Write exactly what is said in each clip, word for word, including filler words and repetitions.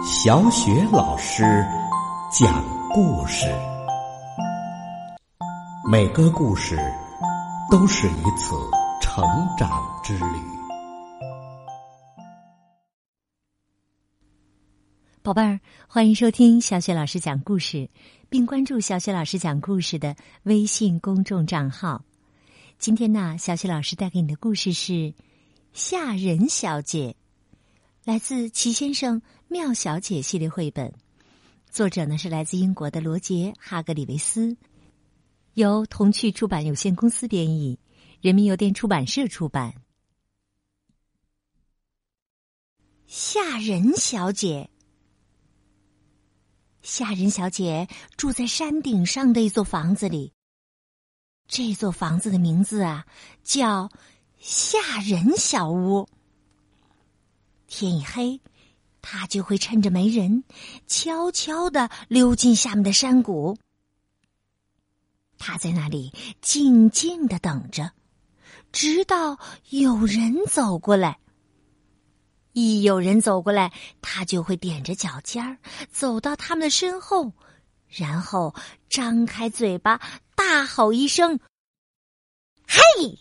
小雪老师讲故事，每个故事都是一次成长之旅。 宝贝儿，欢迎收听小雪老师讲故事，并关注小雪老师讲故事的微信公众账号。今天呢，小雪老师带给你的故事是吓人小姐，来自齐先生妙小姐系列绘本，作者呢是来自英国的罗杰·哈格里维斯，由童趣出版有限公司编译，人民邮电出版社出版。吓人小姐。吓人小姐住在山顶上的一座房子里，这座房子的名字啊叫吓人小屋。天一黑，她就会趁着没人，悄悄地溜进下面的山谷。她在那里静静地等着，直到有人走过来。一有人走过来，他就会踮着脚尖儿走到他们的身后，然后张开嘴巴大吼一声：“嘿！”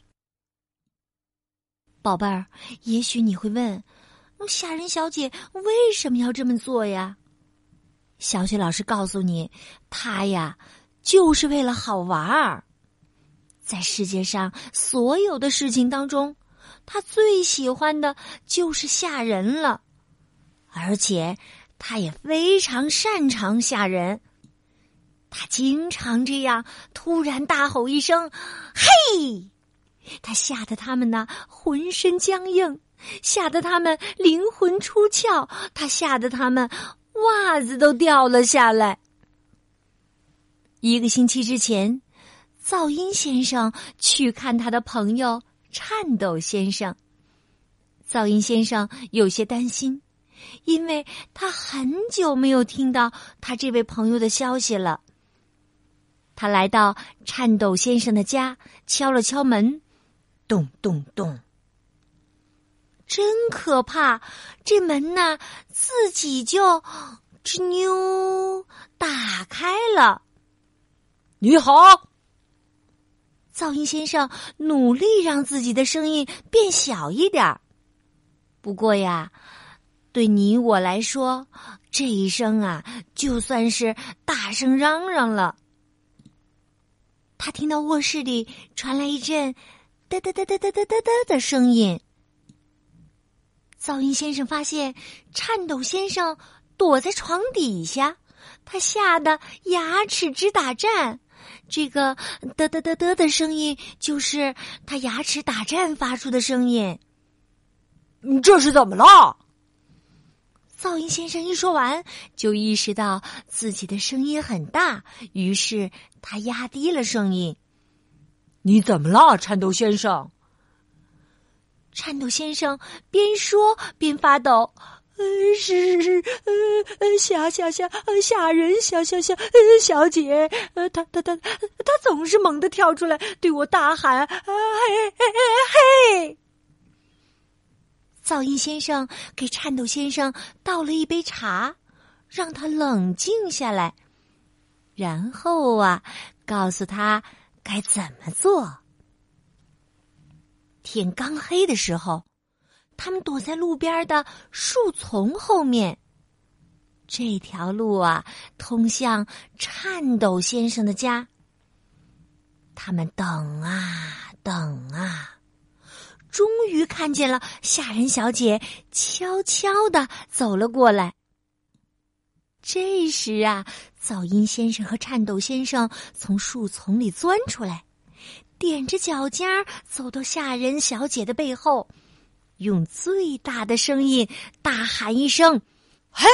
宝贝儿，也许你会问，吓人小姐为什么要这么做呀？小雪老师告诉你，她呀就是为了好玩儿。在世界上所有的事情当中，他最喜欢的就是吓人了，而且他也非常擅长吓人。他经常这样突然大吼一声：“嘿！”他吓得他们呢浑身僵硬，吓得他们灵魂出窍，他吓得他们袜子都掉了下来。一个星期之前，噪音先生去看他的朋友颤抖先生。噪音先生有些担心，因为他很久没有听到他这位朋友的消息了。他来到颤抖先生的家，敲了敲门，咚咚咚。真可怕，这门呢自己就吱扭打开了。 你好。 噪音先生努力让自己的声音变小一点，不过呀，对你我来说，这一声啊，就算是大声嚷嚷了。他听到卧室里传来一阵哒哒哒哒哒哒哒哒的声音。噪音先生发现颤抖先生躲在床底下，他吓得牙齿直打颤。这个嘚嘚嘚嘚的声音就是他牙齿打颤发出的声音。 这是怎么了？ 噪音先生一说完，就意识到自己的声音很大，于是他压低了声音。 你怎么了，颤抖先生？ 颤抖先生边说边发抖。呃，是是呃吓吓吓吓人吓吓吓呃小姐，呃，她她她她总是猛地跳出来对我大喊啊嘿嘿嘿嘿！噪音先生给颤抖先生倒了一杯茶，让他冷静下来，然后啊，告诉他该怎么做。天刚黑的时候，他们躲在路边的树丛后面。这条路啊，通向颤抖先生的家。他们等啊等啊，终于看见了吓人小姐悄悄地走了过来。这时啊，噪音先生和颤抖先生从树丛里钻出来，踮着脚尖儿走到吓人小姐的背后，用最大的声音大喊一声：“嘿！”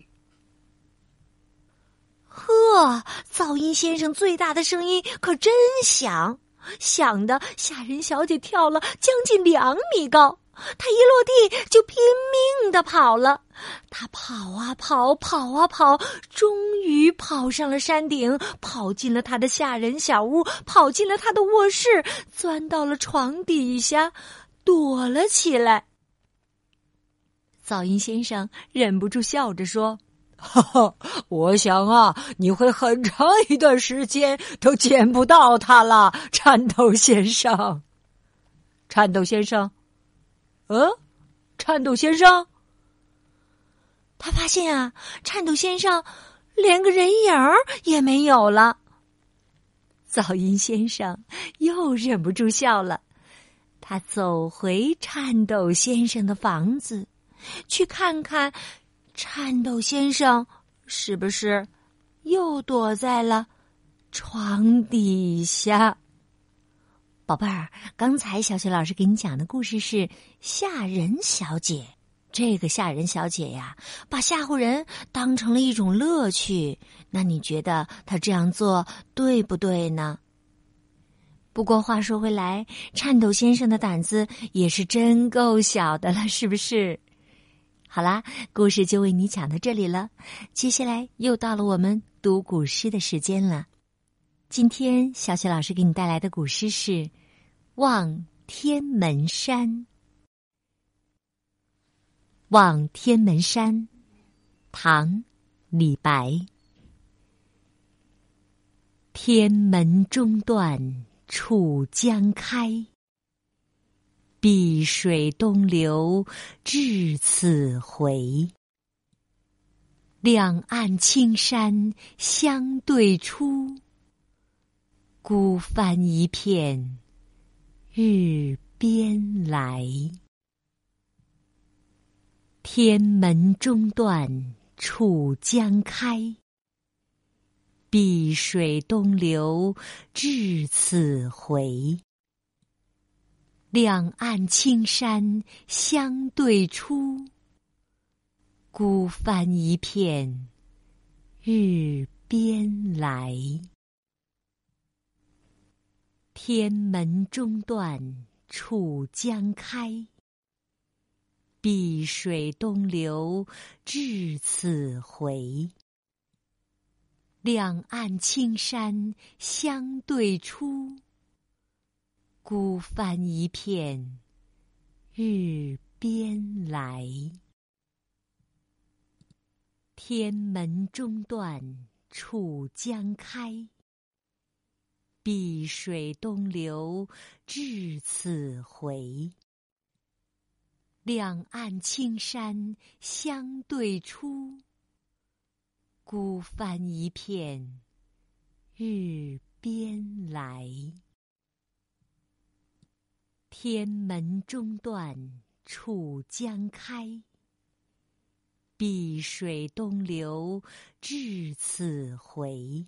呵，噪音先生最大的声音可真响，响得吓人小姐跳了将近两米高。她一落地就拼命地跑了，她跑啊跑，跑啊跑，终于跑上了山顶，跑进了她的吓人小屋，跑进了她的卧室，钻到了床底下，躲了起来。 噪音先生忍不住笑着说：“ 哈哈，我想啊，你会很长一段时间都见不到他了，颤抖先生。”颤抖先生，嗯，颤抖先生， 他发现啊，颤抖先生连个人影儿也没有了。噪音先生又忍不住笑了，他走回颤抖先生的房子，去看看颤抖先生是不是又躲在了床底下。宝贝儿，刚才小雪老师给你讲的故事是吓人小姐。这个吓人小姐呀，把吓唬人当成了一种乐趣。那你觉得她这样做对不对呢？不过话说回来，颤抖先生的胆子也是真够小的了，是不是？好啦，故事就为你讲到这里了。接下来又到了我们读古诗的时间了。今天小雪老师给你带来的古诗是《望天门山》。望天门山，唐，李白。天门中断楚江开，碧水东流至此回。两岸青山相对出，孤帆一片日边来。天门中断楚江开，碧水东流至此回。两岸青山相对出，孤帆一片日边来。天门中断楚江开，碧水东流至此回。两岸青山相对出，孤帆一片日边来。天门中断楚江开，碧水东流至此回。两岸青山相对出，孤帆一片日边来。天门中断楚江开，碧水东流至此回。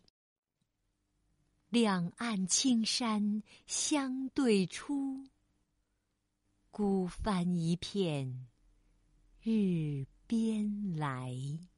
两岸青山相对出，孤帆一片日边来。